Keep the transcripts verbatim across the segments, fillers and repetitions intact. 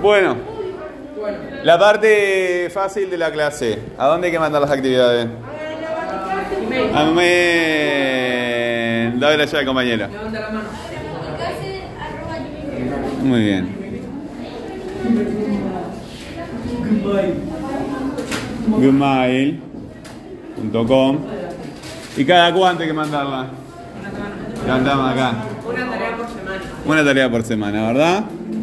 Bueno, la parte fácil de la clase. ¿A dónde hay que mandar las actividades? Amén. Dale la llave, compañera. Levanta la mano. Muy bien. Gmail punto com. ¿Y cada cuánto hay que mandarla? Levantamos acá. Una tarea por semana. Una tarea por semana, ¿verdad?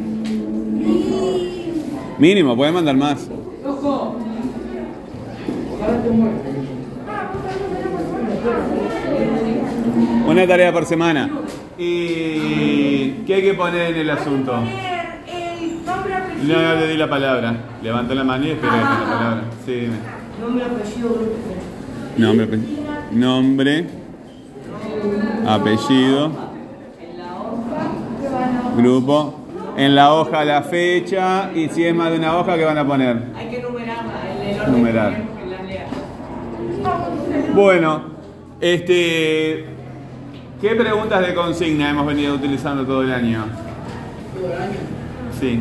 Mínimo, pueden mandar más. ¡Ojo! Ojalá te muestre. Una tarea por semana. ¿Y qué hay que poner en el asunto? No, no le di la palabra. Levantó la mano y espera la palabra. Sí, dime. Nombre, apellido, grupo. Nombre, apellido. Nombre, apellido, grupo. En la hoja la fecha y si es más de una hoja, ¿qué van a poner? Hay que numerar el orden Numerar. que queremos que las lea. Bueno, este, ¿qué preguntas de consigna hemos venido utilizando todo el año? ¿Todo el año? Sí.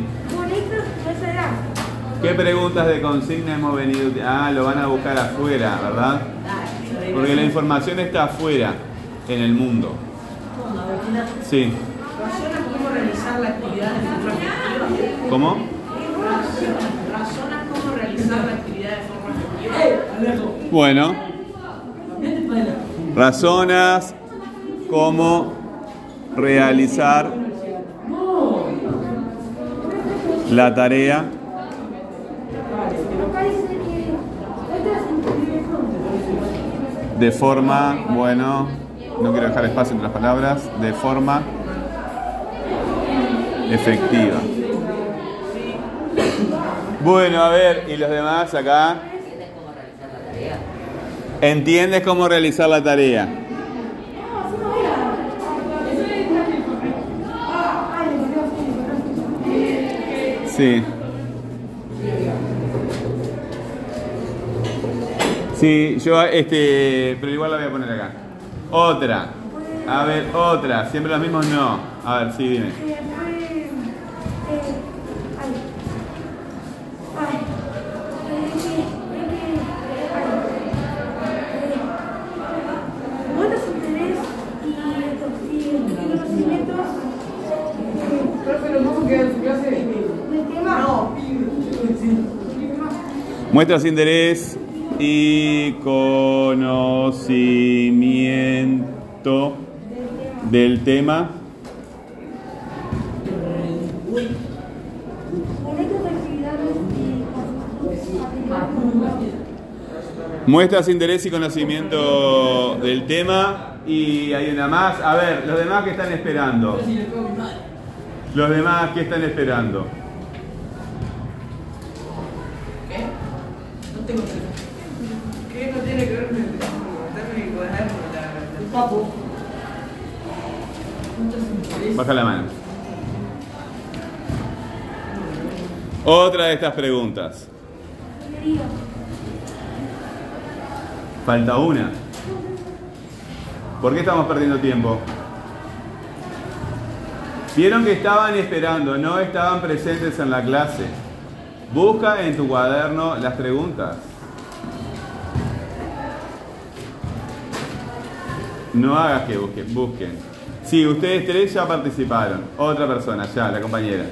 ¿Qué preguntas de consigna hemos venido utilizando? Ah, lo van a buscar afuera, ¿verdad? Porque la información está afuera, en el mundo. Sí. Razona cómo realizar la actividad de forma efectiva. ¿Cómo? Razona cómo realizar la actividad de forma efectiva. Bueno. Razonas cómo realizar la tarea de forma, bueno, no quiero dejar espacio entre las palabras, de forma efectiva. Bueno, a ver, ¿y los demás acá? ¿Entiendes cómo realizar la tarea? Sí. Sí, yo, este, pero igual la voy a poner acá. Otra. A ver, otra. Siempre los mismos no. A ver, sí, dime. Muestras interés y conocimiento del tema. Muestras interés y conocimiento del tema. Y hay una más. A ver, los demás que están esperando. Los demás que están esperando. Tengo ¿qué no tiene que ver con el cuaderno? El papo. Baja la mano. Otra de estas preguntas. Falta una. ¿Por qué estamos perdiendo tiempo? Vieron que estaban esperando, no estaban presentes en la clase. Busca en tu cuaderno las preguntas. No hagas que busquen, busquen. Sí, ustedes tres ya participaron. Otra persona, ya, la compañera.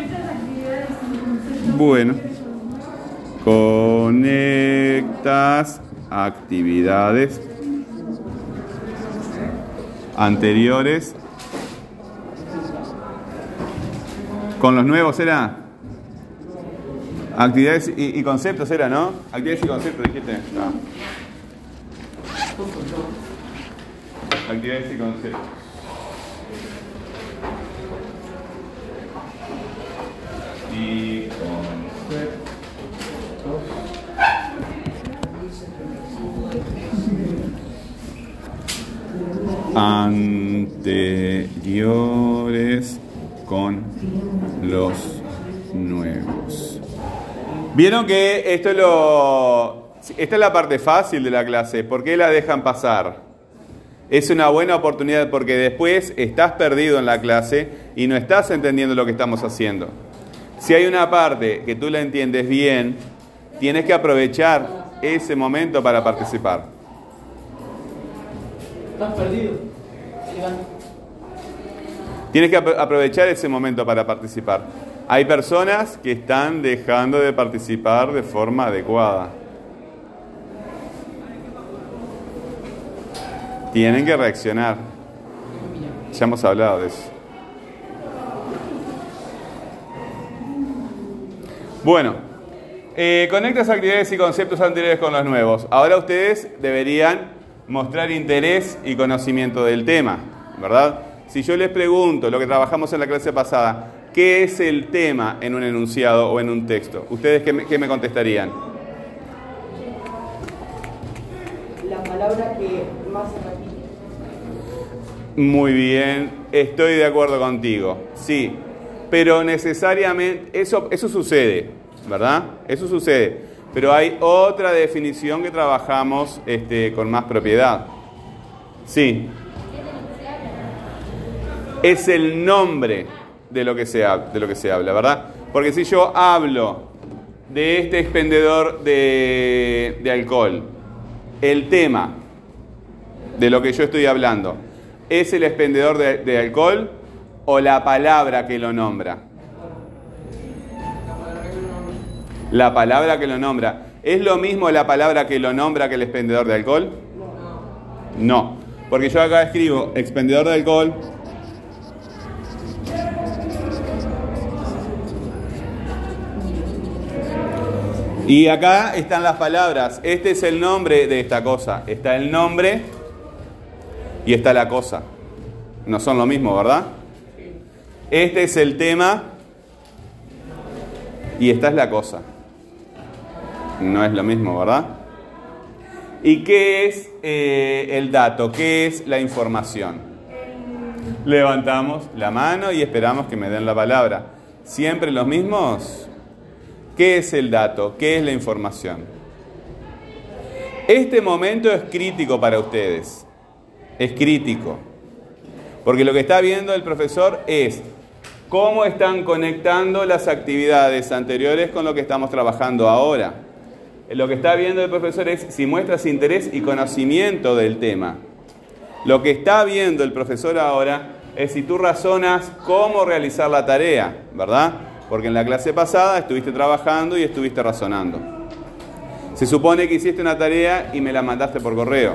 Bueno. Conectas actividades anteriores con los nuevos, ¿será? Actividades y, y conceptos era, ¿no? Actividades y conceptos, dijiste. No. Actividades y conceptos. Y conceptos. Anteriores con los nuevos. Vieron que esto es lo, esta es la parte fácil de la clase. ¿Por qué la dejan pasar? Es una buena oportunidad porque después estás perdido en la clase y no estás entendiendo lo que estamos haciendo. Si hay una parte que tú la entiendes bien, tienes que aprovechar ese momento para participar. Estás perdido. Tienes que aprovechar ese momento para participar. Hay personas que están dejando de participar de forma adecuada. Tienen que reaccionar. Ya hemos hablado de eso. Bueno, eh, conectas actividades y conceptos anteriores con los nuevos. Ahora ustedes deberían mostrar interés y conocimiento del tema, ¿verdad? Si yo les pregunto lo que trabajamos en la clase pasada, ¿qué es el tema en un enunciado o en un texto? ¿Ustedes qué me, qué me contestarían? La palabra que más se repite. Muy bien, estoy de acuerdo contigo, sí, pero necesariamente, eso, eso sucede, ¿verdad? Eso sucede, pero hay otra definición que trabajamos este, con más propiedad. Sí. Es el nombre de lo que se habla, de lo que se habla, ¿verdad? Porque si yo hablo de este expendedor de, de alcohol, el tema de lo que yo estoy hablando, ¿es el expendedor de, de alcohol o la palabra que lo nombra? La palabra que lo nombra. ¿Es lo mismo la palabra que lo nombra que el expendedor de alcohol? No, porque yo acá escribo expendedor de alcohol. Y acá están las palabras. Este es el nombre de esta cosa. Está el nombre y está la cosa. No son lo mismo, ¿verdad? Este es el tema y esta es la cosa. No es lo mismo, ¿verdad? ¿Y qué es eh, el dato? ¿Qué es la información? Levantamos la mano y esperamos que me den la palabra. ¿Siempre los mismos? ¿Qué es el dato? ¿Qué es la información? Este momento es crítico para ustedes. Es crítico. Porque lo que está viendo el profesor es cómo están conectando las actividades anteriores con lo que estamos trabajando ahora. Lo que está viendo el profesor es si muestras interés y conocimiento del tema. Lo que está viendo el profesor ahora es si tú razonas cómo realizar la tarea, ¿verdad? Porque en la clase pasada estuviste trabajando y estuviste razonando. Se supone que hiciste una tarea y me la mandaste por correo,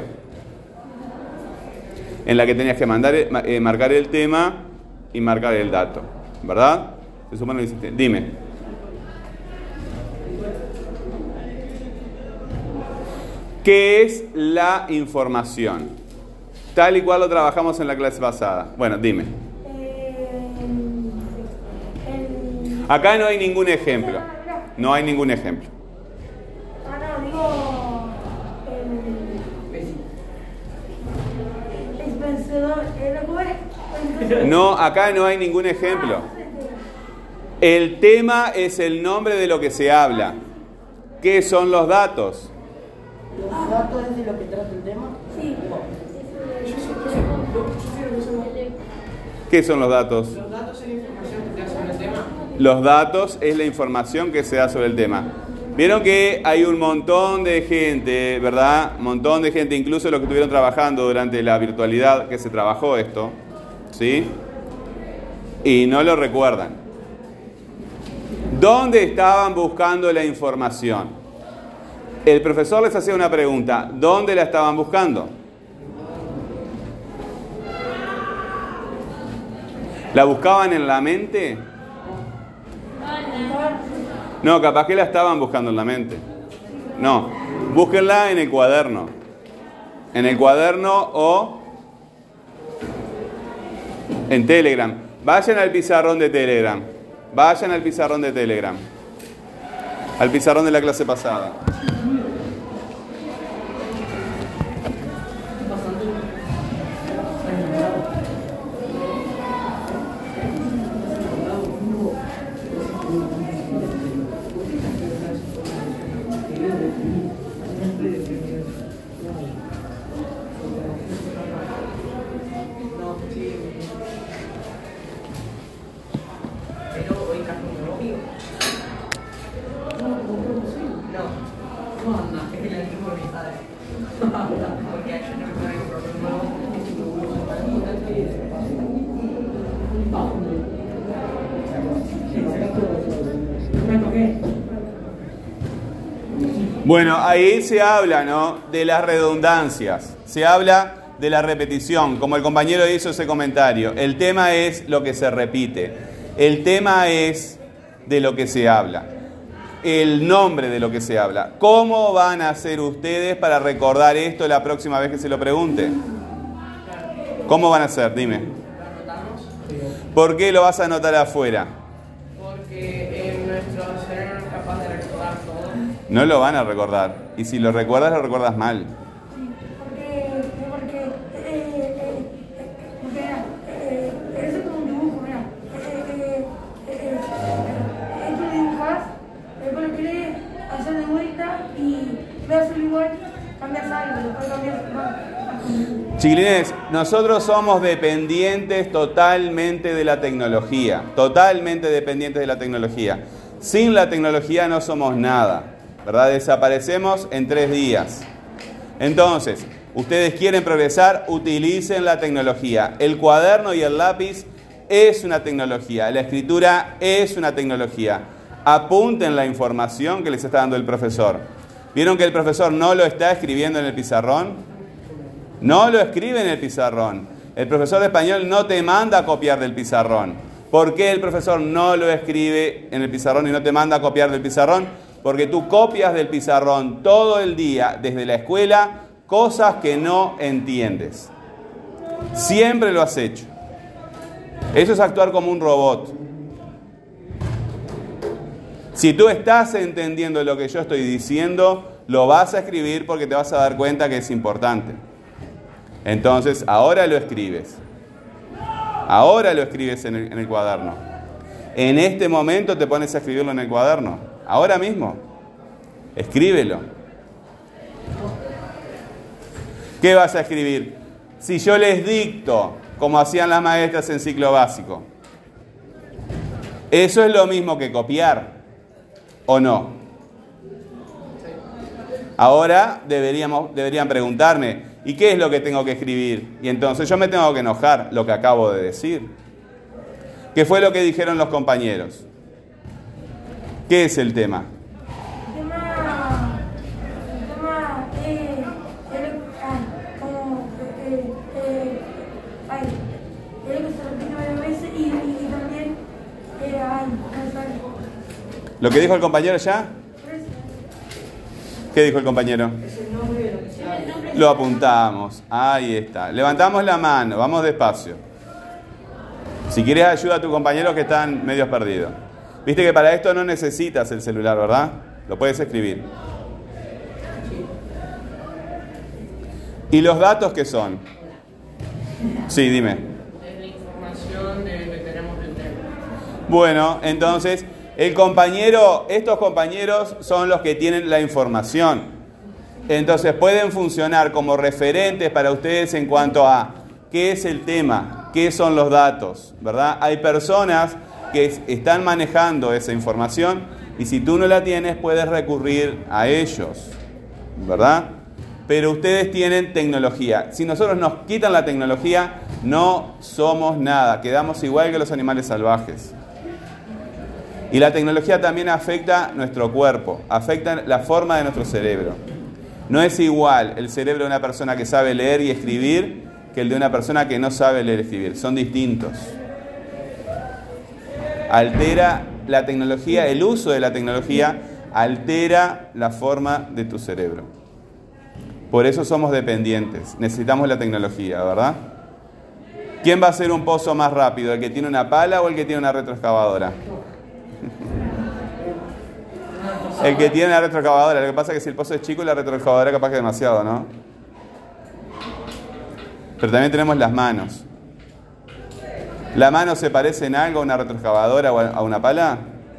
en la que tenías que mandar, eh, marcar el tema y marcar el dato, ¿verdad? Se supone que hiciste. Dime. ¿Qué es la información? Tal y cual lo trabajamos en la clase pasada. Bueno, dime. Acá no hay ningún ejemplo. No hay ningún ejemplo. Ah, no, digo. El, el vencedor. El, no, acá no hay ningún ejemplo. El tema es el nombre de lo que se habla. ¿Qué son los datos? ¿Los datos es de lo que trata el tema? Sí. ¿Qué son los datos? Los datos es la información que te da sobre el tema. Los datos es la información que se da sobre el tema. Vieron que hay un montón de gente, ¿verdad? Un montón de gente, incluso los que estuvieron trabajando durante la virtualidad, que se trabajó esto, ¿sí? Y no lo recuerdan. ¿Dónde estaban buscando la información? El profesor les hacía una pregunta. ¿Dónde la estaban buscando? ¿La buscaban en la mente? No, capaz que la estaban buscando en la mente. No, búsquenla en el cuaderno. En el cuaderno o en Telegram. Vayan al pizarrón de Telegram. Vayan al pizarrón de Telegram. Al pizarrón de la clase pasada. Pero hoy trajo un nuevo amigo. Porque a ellos no me ponen problema. Bueno, ahí se habla, ¿no?, de las redundancias, se habla de la repetición, como el compañero hizo ese comentario. El tema es lo que se repite, el tema es de lo que se habla, el nombre de lo que se habla. ¿Cómo van a hacer ustedes para recordar esto la próxima vez que se lo pregunte? ¿Cómo van a hacer? Dime. ¿Lo anotamos? ¿Por qué lo vas a anotar afuera? Porque en nuestro cerebro no es capaz de recordar todo. No lo van a recordar, y si lo recuerdas, lo recuerdas mal. Porque, porque, eh, eh, eh, porque, mira, eh, eh, eso es como un dibujo, mira. Eh, eh, eh, eh, eh, tú lo dibujas, después lo querés hacer de vuelta y ve a hacerlo igual, cambias algo, después cambias más. Chiquilines, nosotros somos dependientes totalmente de la tecnología, totalmente dependientes de la tecnología. Sin la tecnología no somos nada, ¿verdad? Desaparecemos en tres días. Entonces, ustedes quieren progresar, utilicen la tecnología. El cuaderno y el lápiz es una tecnología, la escritura es una tecnología. Apunten la información que les está dando el profesor. ¿Vieron que el profesor no lo está escribiendo en el pizarrón? No lo escribe en el pizarrón. El profesor de español no te manda a copiar del pizarrón. ¿Por qué el profesor no lo escribe en el pizarrón y no te manda a copiar del pizarrón? Porque tú copias del pizarrón todo el día, desde la escuela, cosas que no entiendes. Siempre lo has hecho. Eso es actuar como un robot. Si tú estás entendiendo lo que yo estoy diciendo, lo vas a escribir porque te vas a dar cuenta que es importante. Entonces, ahora lo escribes. Ahora lo escribes en el, en el cuaderno. En este momento te pones a escribirlo en el cuaderno. Ahora mismo. Escríbelo. ¿Qué vas a escribir? Si yo les dicto, como hacían las maestras en ciclo básico, ¿eso es lo mismo que copiar o no? Ahora deberíamos, deberían preguntarme, ¿y qué es lo que tengo que escribir? Y entonces yo me tengo que enojar, lo que acabo de decir. ¿Qué fue lo que dijeron los compañeros? ¿Qué es el tema? El tema, el tema, eh, el, ay, como, eh, eh, ay, es lo que se repite varias veces y, y, y también, eh, ay, no sé. ¿Lo que dijo el compañero ya? ¿Qué dijo el compañero? Es el nombre de lo que se habla. Lo apuntamos. Ahí está. Levantamos la mano. Vamos despacio. Si quieres ayuda a tu compañero que están medios perdidos. Viste que para esto no necesitas el celular, ¿verdad? Lo puedes escribir. ¿Y los datos qué son? Sí, dime. Es la información de, que tenemos del tema. Bueno, entonces, el compañero, estos compañeros son los que tienen la información. Entonces pueden funcionar como referentes para ustedes en cuanto a qué es el tema, qué son los datos, ¿verdad? Hay personas que están manejando esa información y si tú no la tienes puedes recurrir a ellos, ¿verdad? Pero ustedes tienen tecnología. Si nosotros nos quitan la tecnología, no somos nada, quedamos igual que los animales salvajes. Y la tecnología también afecta nuestro cuerpo, afecta la forma de nuestro cerebro. No es igual el cerebro de una persona que sabe leer y escribir que el de una persona que no sabe leer y escribir. Son distintos. Altera la tecnología, el uso de la tecnología altera la forma de tu cerebro. Por eso somos dependientes. Necesitamos la tecnología, ¿verdad? ¿Quién va a hacer un pozo más rápido? ¿El que tiene una pala o el que tiene una retroexcavadora? El que tiene la retroexcavadora. Lo que pasa es que si el pozo es chico, la retroexcavadora capaz que es demasiado, ¿no? Pero también tenemos las manos. ¿La mano se parece en algo a una retroexcavadora o a una pala?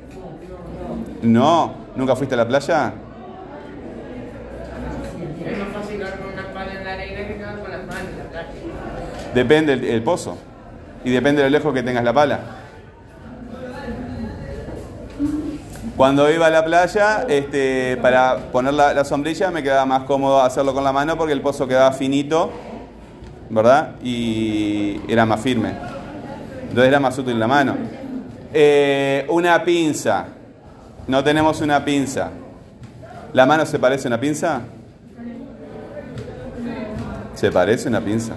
No. ¿Nunca fuiste a la playa? Es más fácil caer con una pala en la arena que caer con las manos en la playa. Depende del pozo. Y depende de lo lejos que tengas la pala. Cuando iba a la playa, este, para poner la, la sombrilla me quedaba más cómodo hacerlo con la mano porque el pozo quedaba finito, ¿verdad? Y era más firme. Entonces era más útil la mano. Eh, una pinza. No tenemos una pinza. ¿La mano se parece a una pinza? Se parece a una pinza.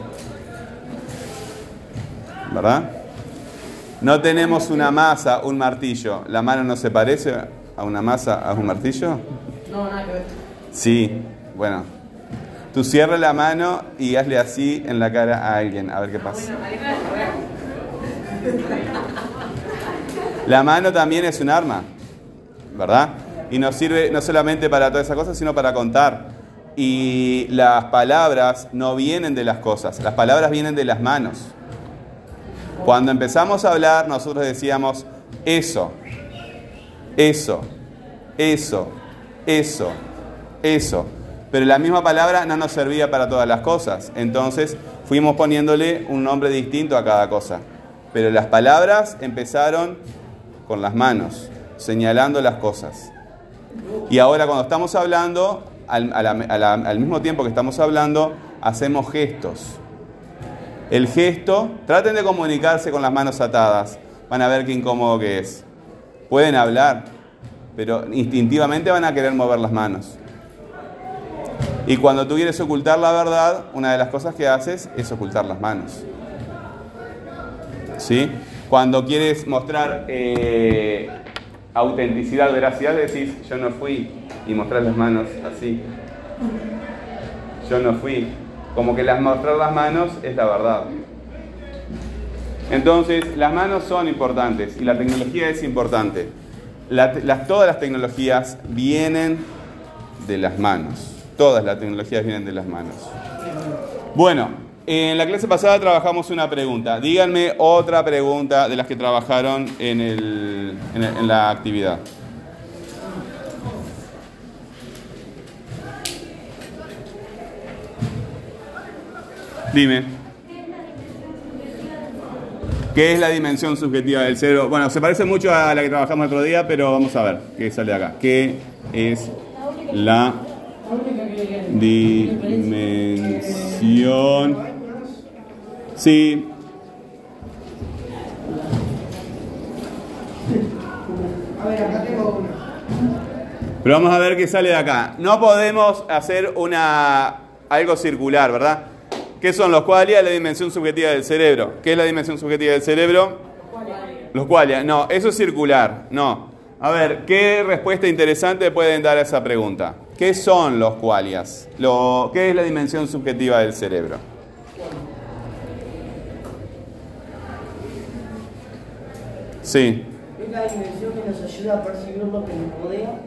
¿Verdad? No tenemos una masa, un martillo. ¿La mano no se parece a una masa, a un martillo? No, nada que ver. Sí, bueno. Tú cierra la mano y hazle así en la cara a alguien, a ver qué pasa. La mano también es un arma, ¿verdad? Y nos sirve no solamente para todas esas cosas, sino para contar. Y las palabras no vienen de las cosas, las palabras vienen de las manos. Cuando empezamos a hablar, nosotros decíamos eso, eso, eso, eso, eso. Pero la misma palabra no nos servía para todas las cosas. Entonces fuimos poniéndole un nombre distinto a cada cosa. Pero las palabras empezaron con las manos, señalando las cosas. Y ahora cuando estamos hablando, al, a la, a la, al mismo tiempo que estamos hablando, hacemos gestos. El gesto, traten de comunicarse con las manos atadas. Van a ver qué incómodo que es. Pueden hablar, pero instintivamente van a querer mover las manos. Y cuando tú quieres ocultar la verdad, una de las cosas que haces es ocultar las manos. ¿Sí? Cuando quieres mostrar eh, autenticidad, veracidad, decís, yo no fui, y mostrás las manos así. Yo no fui. Como que las, mostrar las manos es la verdad. Entonces, las manos son importantes y la tecnología es importante. La, las, todas las tecnologías vienen de las manos. Todas las tecnologías vienen de las manos. Bueno, en la clase pasada trabajamos una pregunta. Díganme otra pregunta de las que trabajaron en, el, en, el, en la actividad. Dime. ¿Qué es la dimensión subjetiva del cerebro? Bueno, se parece mucho a la que trabajamos el otro día, pero vamos a ver qué sale de acá. ¿Qué es la dimensión? Sí. A ver, acá tengo una. Pero vamos a ver qué sale de acá. No podemos hacer una algo circular, ¿verdad? ¿Qué son los qualia? La dimensión subjetiva del cerebro. ¿Qué es la dimensión subjetiva del cerebro? Los qualia. No, eso es circular. No. A ver, ¿qué respuesta interesante pueden dar a esa pregunta? ¿Qué son los qualias? Lo, ¿Qué es la dimensión subjetiva del cerebro? Sí. Es la dimensión que nos ayuda a percibir lo que nos rodea.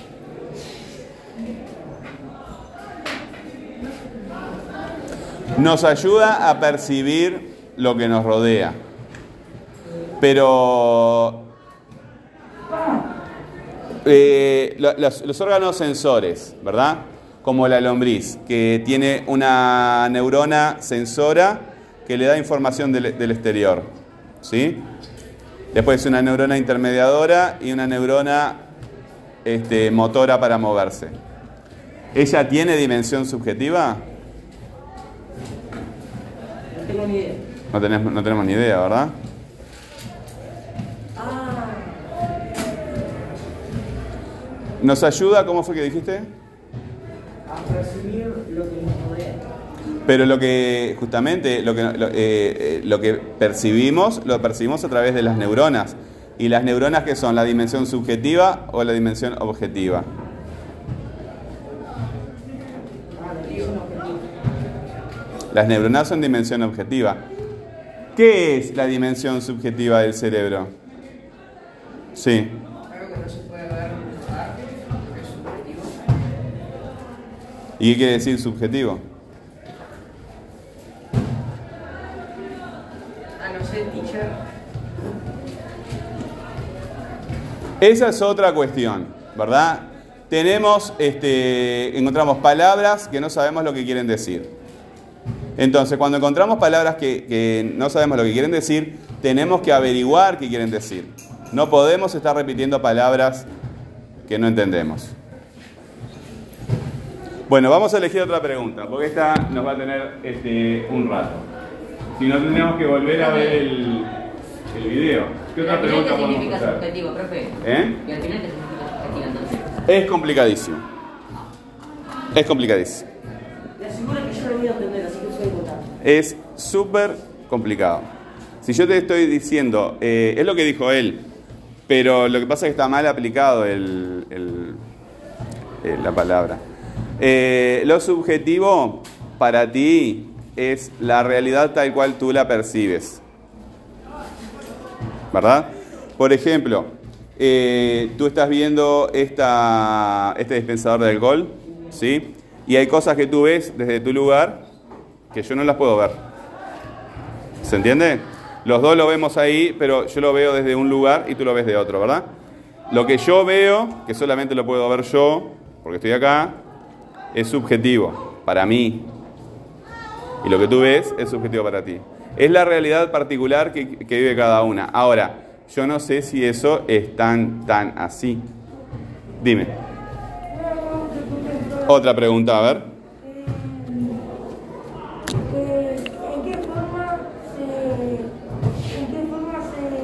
Nos ayuda a percibir lo que nos rodea. Pero eh, los, los órganos sensores, ¿verdad? Como la lombriz, que tiene una neurona sensora que le da información del, del exterior, ¿sí? Después una neurona intermediadora y una neurona este, motora para moverse. ¿Ella tiene dimensión subjetiva? No tengo ni idea. No tenemos, no tenemos ni idea, ¿verdad? Ah. ¿Nos ayuda? ¿Cómo fue que dijiste? A percibir lo que nos rodea. Pero lo que, justamente, lo que, lo, eh, lo que percibimos, lo percibimos a través de las neuronas. ¿Y las neuronas qué son? ¿La dimensión subjetiva o la dimensión objetiva? Ah, la dimensión objetiva. Las neuronas son dimensión objetiva. ¿Qué es la dimensión subjetiva del cerebro? Sí. Algo que no se puede ver ni tocar, es subjetivo. ¿Y qué quiere decir subjetivo? Ah, no sé, teacher. Esa es otra cuestión, ¿verdad? Tenemos, este, encontramos palabras que no sabemos lo que quieren decir. Entonces, cuando encontramos palabras que, que no sabemos lo que quieren decir, tenemos que averiguar qué quieren decir. No podemos estar repitiendo palabras que no entendemos. Bueno, vamos a elegir otra pregunta, porque esta nos va a tener este, un rato. Si no, tendríamos que volver a ver el, el video. ¿Qué otra pregunta ¿Qué podemos significa hacer? subjetivo, profe? ¿Eh? ¿Y al final qué significa subjetivo entonces? Es complicadísimo. Es complicadísimo. Le aseguro que yo lo voy a entender, así que soy votar. Es súper complicado. Si yo te estoy diciendo, eh, es lo que dijo él, pero lo que pasa es que está mal aplicado el, el, eh, la palabra. Eh, lo subjetivo para ti es la realidad tal cual tú la percibes, ¿verdad? Por ejemplo, eh, tú estás viendo esta, este dispensador de alcohol, ¿sí? Y hay cosas que tú ves desde tu lugar que yo no las puedo ver. ¿Se entiende? Los dos lo vemos ahí, pero yo lo veo desde un lugar y tú lo ves de otro, ¿verdad? Lo que yo veo, que solamente lo puedo ver yo, porque estoy acá, es subjetivo para mí. Y lo que tú ves es subjetivo para ti. Es la realidad particular que, que vive cada una. Ahora, yo no sé si eso es tan, tan así. Dime. Otra pregunta, a ver. Eh, ¿En qué forma se, en qué forma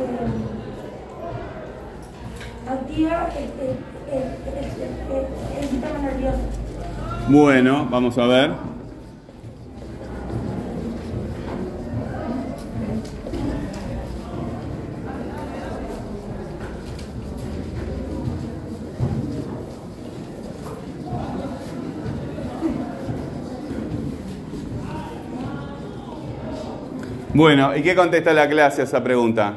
se activa el, el, el, el, el sistema nervioso? Bueno, vamos a ver. Bueno, ¿y qué contesta la clase a esa pregunta?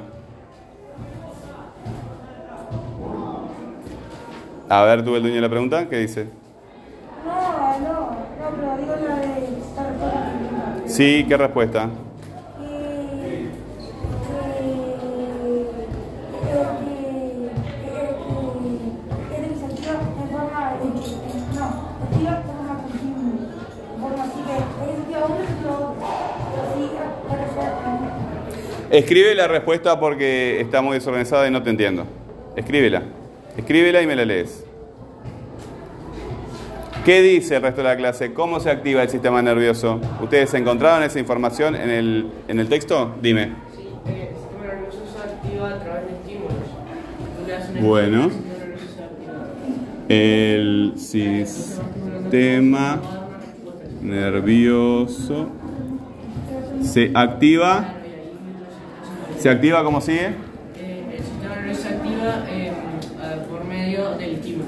A ver, tú el dueño de la pregunta, ¿qué dice? No, no, no, pero digo la de esta respuesta. Sí, ¿qué respuesta? Eh, Escribe la respuesta porque está muy desorganizada y no te entiendo. Escríbela. Escríbela y me la lees. ¿Qué dice el resto de la clase? ¿Cómo se activa el sistema nervioso? ¿Ustedes encontraron esa información en el, en el texto? Dime. Sí, eh, el sistema nervioso se activa a través de estímulos. Tú le das una Bueno. estímulo, el sistema nervioso se activa. El sistema nervioso se activa. ¿Se activa como sigue? Eh, el sistema nervioso se activa eh, a- por medio del estímulo.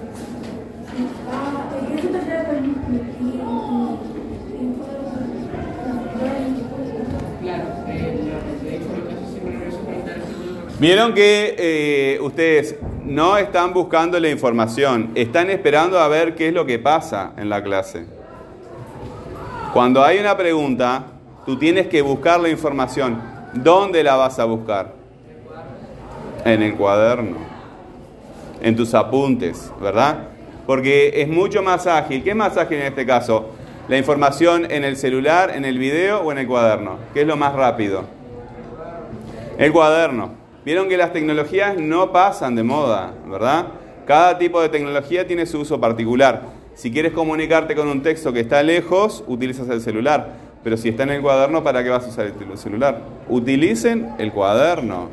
Claro, eh, lo que dijo lo que hace el sistema nervioso es conectar el estímulo. Vieron que eh, ustedes no están buscando la información, están esperando a ver qué es lo que pasa en la clase. Cuando hay una pregunta, tú tienes que buscar la información. ¿Dónde la vas a buscar? En el cuaderno, en tus apuntes, ¿verdad? Porque es mucho más ágil. ¿Qué es más ágil en este caso? ¿La información en el celular, en el video o en el cuaderno? ¿Qué es lo más rápido? El cuaderno. Vieron que las tecnologías no pasan de moda, ¿verdad? Cada tipo de tecnología tiene su uso particular. Si quieres comunicarte con un texto que está lejos, utilizas el celular. Pero si está en el cuaderno, ¿para qué vas a usar el celular? Utilicen el cuaderno.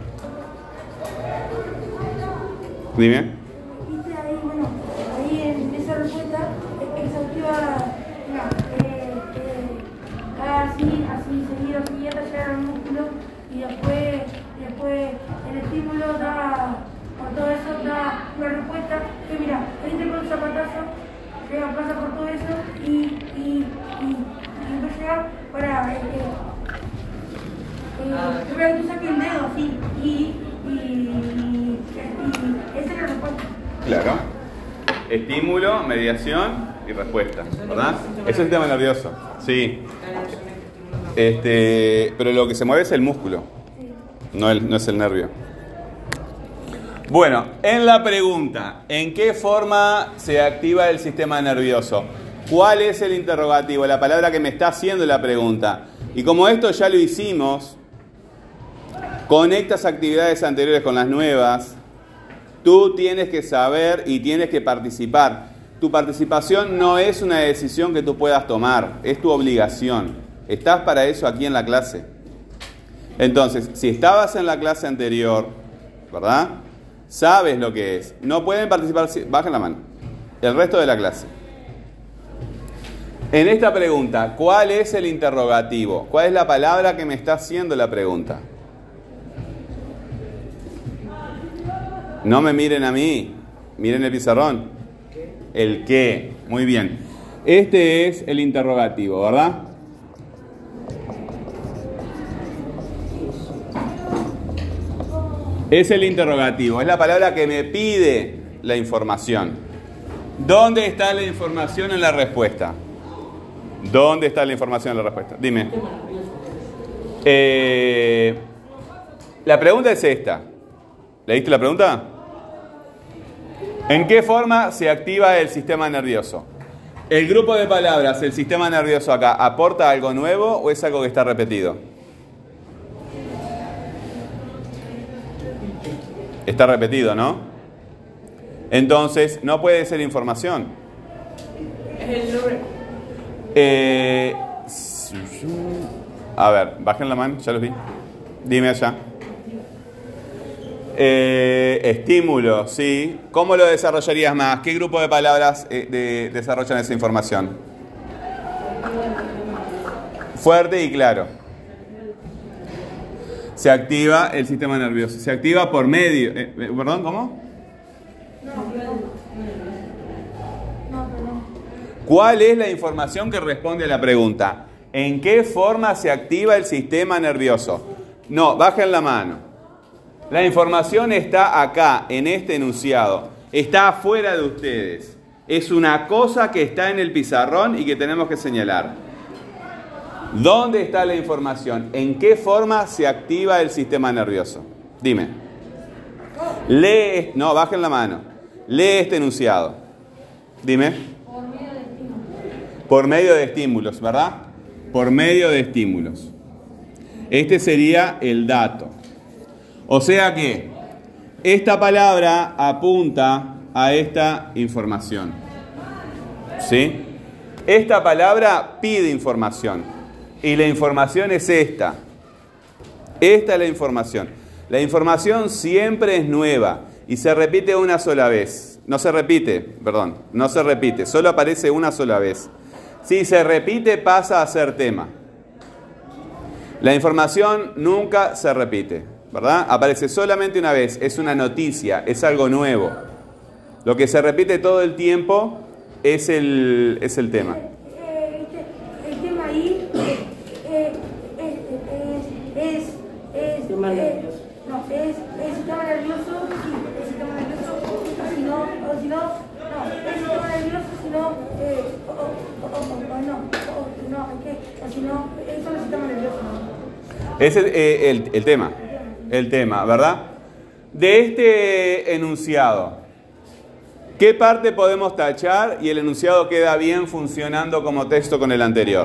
Dime. Viste ahí, bueno, ahí en esa respuesta es que se activa, mira, eh, eh, así, así, seguido, siguiendo, llegar al músculo y después, después el estímulo da, por todo eso da una respuesta que mira, entra con un zapatazo, llega, pasa por todo eso y, y, y, y después llega para, eh, eh, eh, primero tú saques el dedo así y, y, y, y esa es la respuesta. Claro. Estímulo, mediación y respuesta, ¿verdad? Eso es el sistema nervioso. Sí. Este, pero lo que se mueve es el músculo, no, el, no es el nervio. Bueno, en la pregunta, ¿en qué forma se activa el sistema nervioso? ¿Cuál es el interrogativo? La palabra que me está haciendo la pregunta. Y como esto ya lo hicimos, conectas actividades anteriores con las nuevas Tú tienes que saber y tienes que participar. Tu participación no es una decisión que tú puedas tomar, es tu obligación. Estás para eso aquí en la clase. Entonces, si estabas en la clase anterior, ¿verdad? Sabes lo que es. No pueden participar, bajen la mano. El resto de la clase. En esta pregunta, ¿cuál es el interrogativo? ¿Cuál es la palabra que me está haciendo la pregunta? No me miren a mí, miren el pizarrón. El qué. Muy bien. Este es el interrogativo, ¿verdad? Es el interrogativo, es la palabra que me pide la información. ¿Dónde está la información en la respuesta? ¿Dónde está la información en la respuesta? Dime. Eh, la pregunta es esta. ¿Leíste la pregunta? ¿En qué forma se activa el sistema nervioso? ¿El grupo de palabras, el sistema nervioso acá, aporta algo nuevo o es algo que está repetido? Está repetido, ¿no? Entonces, no puede ser información. Es el nombre. Eh, a ver, bajen la mano, ya los vi. Dime allá. Eh, estímulo, sí. ¿Cómo lo desarrollarías más? ¿Qué grupo de palabras eh, de, desarrollan esa información? Fuerte y claro. Se activa el sistema nervioso. Se activa por medio... Eh, ¿Perdón? ¿Cómo? ¿Cuál es la información que responde a la pregunta? ¿En qué forma se activa el sistema nervioso? No, bajen la mano. La información está acá, en este enunciado. Está afuera de ustedes. Es una cosa que está en el pizarrón y que tenemos que señalar. ¿Dónde está la información? ¿En qué forma se activa el sistema nervioso? Dime. Lee, no, bajen la mano. Lee este enunciado. Dime. Por medio de estímulos. Por medio de estímulos, ¿verdad? Por medio de estímulos. Este sería el dato. O sea que esta palabra apunta a esta información. ¿Sí? Esta palabra pide información. Y la información es esta. Esta es la información. La información siempre es nueva y se repite una sola vez. No se repite, perdón, no se repite, solo aparece una sola vez. Si se repite, pasa a ser tema. La información nunca se repite, ¿verdad? Aparece solamente una vez, es una noticia, es algo nuevo. Lo que se repite todo el tiempo es el, es el tema. Eh, este- el tema ahí eh, eh, es, es, es, Sistema eh, nervioso. no, es el sistema nervioso, sí, el sistema nervioso, si no, o si no, no, el sistema nervioso, si no, eh, o, o, o, o, o no, o, no, es que, o si no, eso es el sistema nervioso, ¿no? Es el, eh, el, el tema, el tema, ¿verdad? De este enunciado, ¿qué parte podemos tachar y el enunciado queda bien funcionando como texto con el anterior?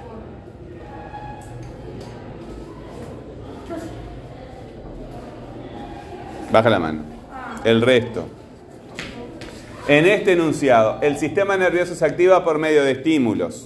Baja la mano. El resto. En este enunciado, el sistema nervioso se activa por medio de estímulos.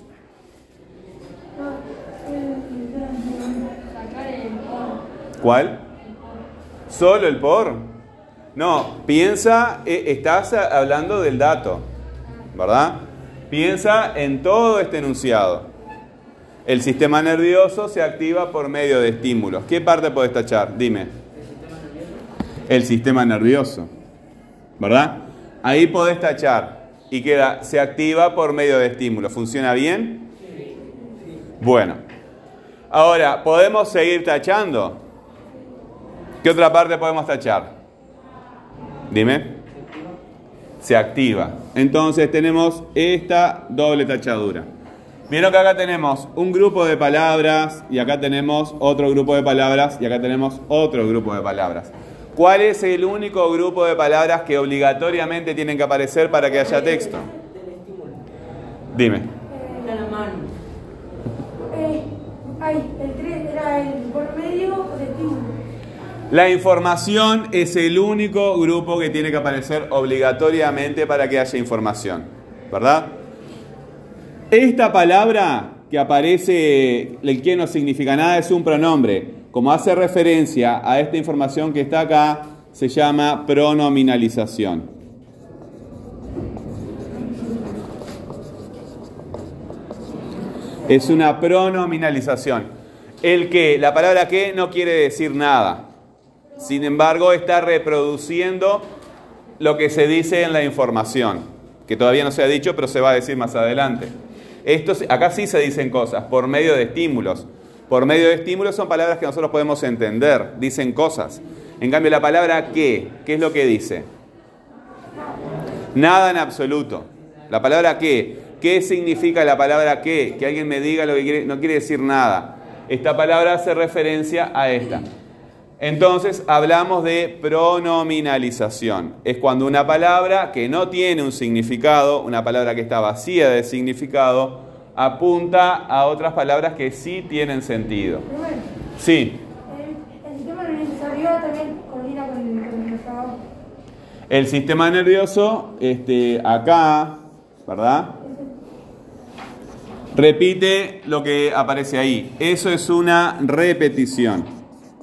¿Cuál? ¿Solo el por? No, piensa, eh, estás hablando del dato, ¿verdad? Piensa en todo este enunciado. El sistema nervioso se activa por medio de estímulos. ¿Qué parte podés tachar? Dime. El sistema nervioso, ¿verdad? Ahí podés tachar y queda, se activa por medio de estímulos. ¿Funciona bien? Bueno. Ahora, ¿podemos seguir tachando? ¿Qué otra parte podemos tachar? Dime. Se activa. Entonces tenemos esta doble tachadura. Vieron que acá tenemos un grupo de palabras y acá tenemos otro grupo de palabras y acá tenemos otro grupo de palabras. ¿Cuál es el único grupo de palabras que obligatoriamente tienen que aparecer para que haya texto? Dime. Está en la mano. Eh, ay, el tres era el por medio de estímulo. La información es el único grupo que tiene que aparecer obligatoriamente para que haya información, ¿verdad? Esta palabra que aparece, el que no significa nada, es un pronombre. Como hace referencia a esta información que está acá, se llama pronominalización. Es una pronominalización. El que, la palabra que no quiere decir nada. Sin embargo, está reproduciendo lo que se dice en la información, que todavía no se ha dicho, pero se va a decir más adelante. Esto, acá sí se dicen cosas por medio de estímulos. Por medio de estímulos son palabras que nosotros podemos entender, dicen cosas. En cambio, la palabra que, ¿qué es lo que dice? Nada en absoluto. La palabra que, ¿qué significa la palabra que? Que alguien me diga lo que quiere, no quiere decir nada. Esta palabra hace referencia a esta. Entonces, hablamos de pronominalización. Es cuando una palabra que no tiene un significado, una palabra que está vacía de significado, apunta a otras palabras que sí tienen sentido. Sí. El, el sistema nervioso también coordina con el, con el trabajo. El sistema nervioso, este, acá, ¿verdad? Repite lo que aparece ahí. Eso es una repetición.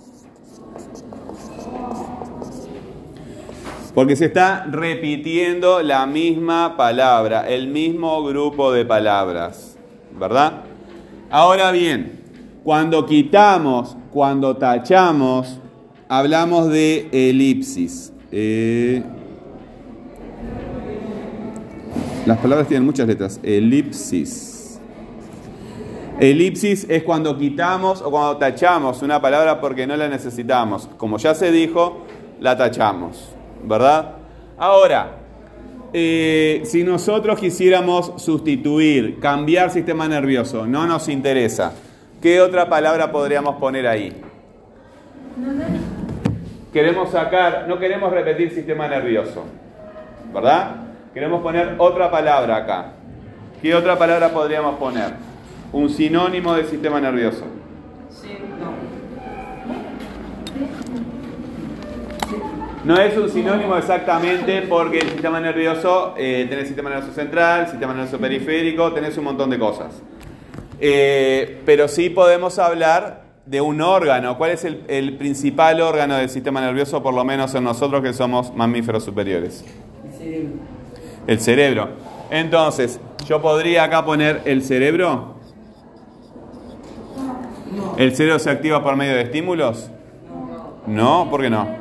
Porque se está repitiendo la misma palabra, el mismo grupo de palabras, ¿verdad? Ahora bien, cuando quitamos, cuando tachamos, hablamos de elipsis. Eh, las palabras tienen muchas letras. Elipsis. Elipsis es cuando quitamos o cuando tachamos una palabra porque no la necesitamos. Como ya se dijo, la tachamos, ¿verdad? Ahora, eh, si nosotros quisiéramos sustituir, cambiar sistema nervioso, no nos interesa, ¿qué otra palabra podríamos poner ahí? Queremos sacar, no queremos repetir sistema nervioso, ¿verdad? Queremos poner otra palabra acá. ¿Qué otra palabra podríamos poner? Un sinónimo de sistema nervioso. Sí, no. No es un sinónimo exactamente porque el sistema nervioso, eh, tenés sistema nervioso central, sistema nervioso periférico, tenés un montón de cosas. Eh, pero sí podemos hablar de un órgano. ¿Cuál es el, el principal órgano del sistema nervioso, por lo menos en nosotros que somos mamíferos superiores? El cerebro. El cerebro. Entonces, ¿yo podría acá poner el cerebro? No. ¿El cerebro se activa por medio de estímulos? No, ¿por qué no?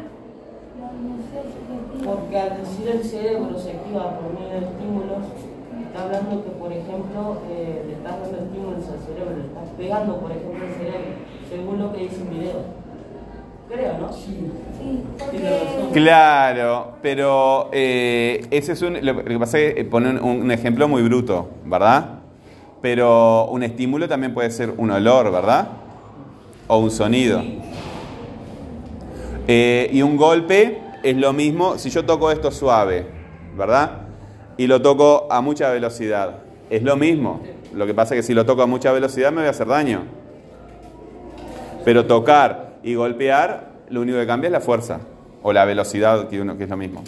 Porque al decir el cerebro se activa por medio de estímulos, está hablando que, por ejemplo, eh, le estás dando estímulos al cerebro, le estás pegando, por ejemplo, al cerebro, según lo que dice el video. Creo, ¿no? Sí. Sí, porque... Claro, pero eh, ese es un, lo que pasa es que pone un, un ejemplo muy bruto, ¿verdad? Pero un estímulo también puede ser un olor, ¿verdad? O un sonido. Eh, y un golpe es lo mismo si yo toco esto suave, ¿verdad? Y lo toco a mucha velocidad. Es lo mismo. Lo que pasa es que si lo toco a mucha velocidad me voy a hacer daño. Pero tocar y golpear, lo único que cambia es la fuerza. O la velocidad, que, uno, que es lo mismo.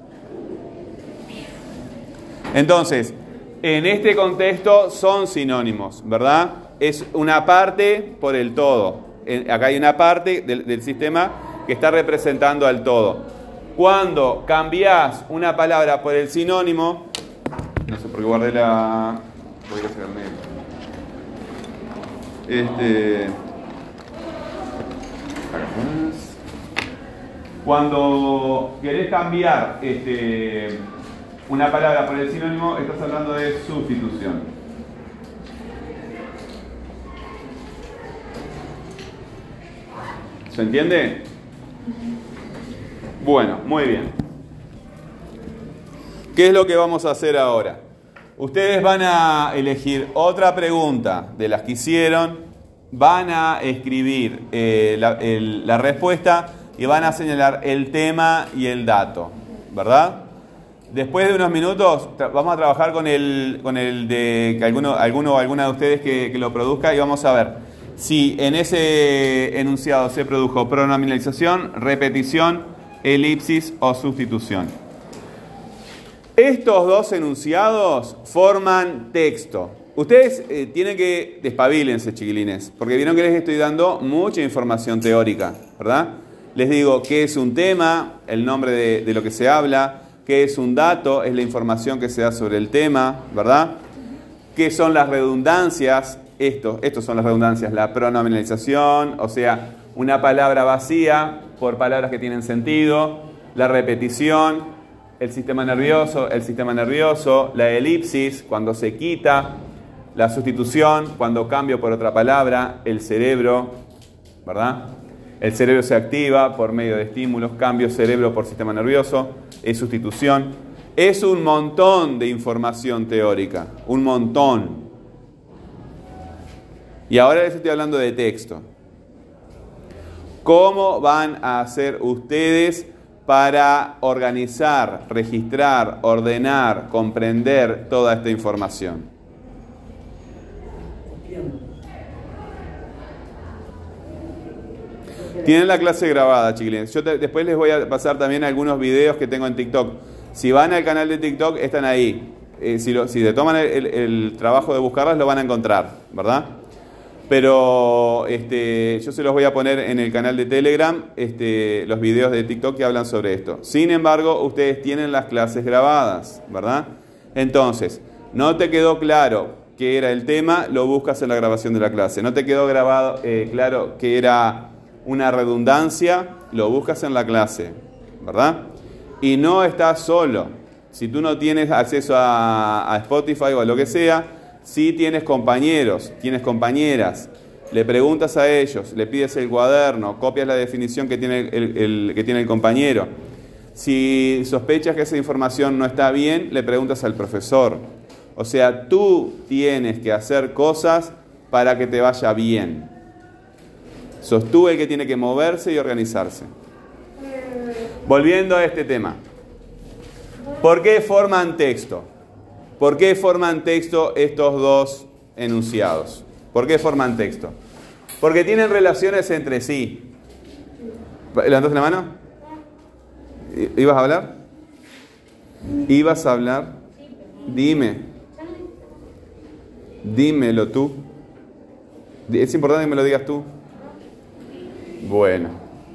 Entonces, en este contexto son sinónimos, ¿verdad? Es una parte por el todo. Acá hay una parte del, del sistema que está representando al todo. Cuando cambias una palabra por el sinónimo, no sé por qué guardé la... Voy a hacer el medio. Este... Cuando querés cambiar este, una palabra por el sinónimo, estás hablando de sustitución. ¿Se entiende? Bueno, muy bien. ¿Qué es lo que vamos a hacer ahora? Ustedes van a elegir otra pregunta de las que hicieron, van a escribir eh, la, el, la respuesta y van a señalar el tema y el dato, ¿verdad? Después de unos minutos vamos a trabajar con el, con el de que alguno, alguno o alguna de ustedes que, que lo produzca y vamos a ver si en ese enunciado se produjo pronominalización, repetición, elipsis o sustitución. Estos dos enunciados forman texto. Ustedes eh, tienen que despabilense, chiquilines, porque vieron que les estoy dando mucha información teórica, ¿verdad? Les digo qué es un tema, el nombre de, de lo que se habla, qué es un dato, es la información que se da sobre el tema, ¿verdad? ¿Qué son las redundancias? Esto, estos son las redundancias, la pronominalización, o sea, una palabra vacía por palabras que tienen sentido, la repetición, el sistema nervioso, el sistema nervioso, la elipsis, cuando se quita, la sustitución, cuando cambio por otra palabra, el cerebro, ¿verdad? El cerebro se activa por medio de estímulos, cambio cerebro por sistema nervioso, es sustitución. Es un montón de información teórica, un montón. Y ahora les estoy hablando de texto. ¿Cómo van a hacer ustedes para organizar, registrar, ordenar, comprender toda esta información? Tienen la clase grabada, chiquilines. Yo te, después les voy a pasar también algunos videos que tengo en TikTok. Si van al canal de TikTok, están ahí. Eh, si, lo, si se toman el, el, el trabajo de buscarlas, lo van a encontrar, ¿verdad? Pero este, yo se los voy a poner en el canal de Telegram, este, los videos de TikTok que hablan sobre esto. Sin embargo, ustedes tienen las clases grabadas, ¿verdad? Entonces, no te quedó claro qué era el tema, lo buscas en la grabación de la clase. No te quedó grabado, eh, claro qué era una redundancia, lo buscas en la clase, ¿verdad? Y no estás solo. Si tú no tienes acceso a, a Spotify o a lo que sea, sí tienes compañeros, tienes compañeras, le preguntas a ellos, le pides el cuaderno, copias la definición que tiene el, el, que tiene el compañero. Si sospechas que esa información no está bien, le preguntas al profesor. O sea, tú tienes que hacer cosas para que te vaya bien. Sos tú el que tiene que moverse y organizarse. Volviendo a este tema. ¿Por qué forman texto? ¿Por qué forman texto estos dos enunciados? ¿Por qué forman texto? Porque tienen relaciones entre sí. ¿Levantaste la mano? ¿Ibas a hablar? ¿Ibas a hablar? Dime. Dímelo tú. Es importante que me lo digas tú. Bueno.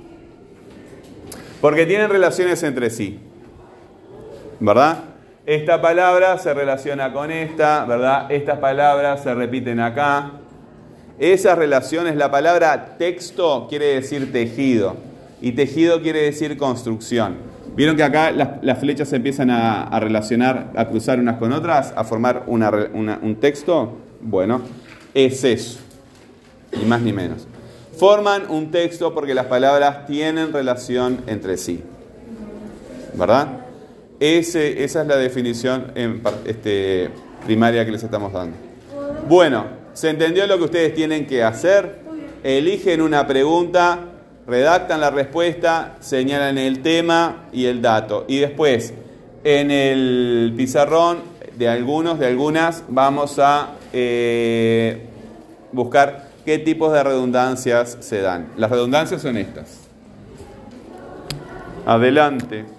Porque tienen relaciones entre sí. ¿Verdad? Esta palabra se relaciona con esta, ¿verdad? Estas palabras se repiten acá. Esas relaciones, la palabra texto quiere decir tejido. Y tejido quiere decir construcción. ¿Vieron que acá las, las flechas se empiezan a, a relacionar, a cruzar unas con otras, a formar una, una, un texto? Bueno, es eso. Ni más ni menos. Forman un texto porque las palabras tienen relación entre sí. ¿Verdad? Ese, esa es la definición en, este, primaria que les estamos dando. Bueno, ¿se entendió lo que ustedes tienen que hacer? Eligen una pregunta, redactan la respuesta, señalan el tema y el dato. Y después, en el pizarrón de algunos, de algunas, vamos a eh, buscar qué tipos de redundancias se dan. Las redundancias son estas. Adelante.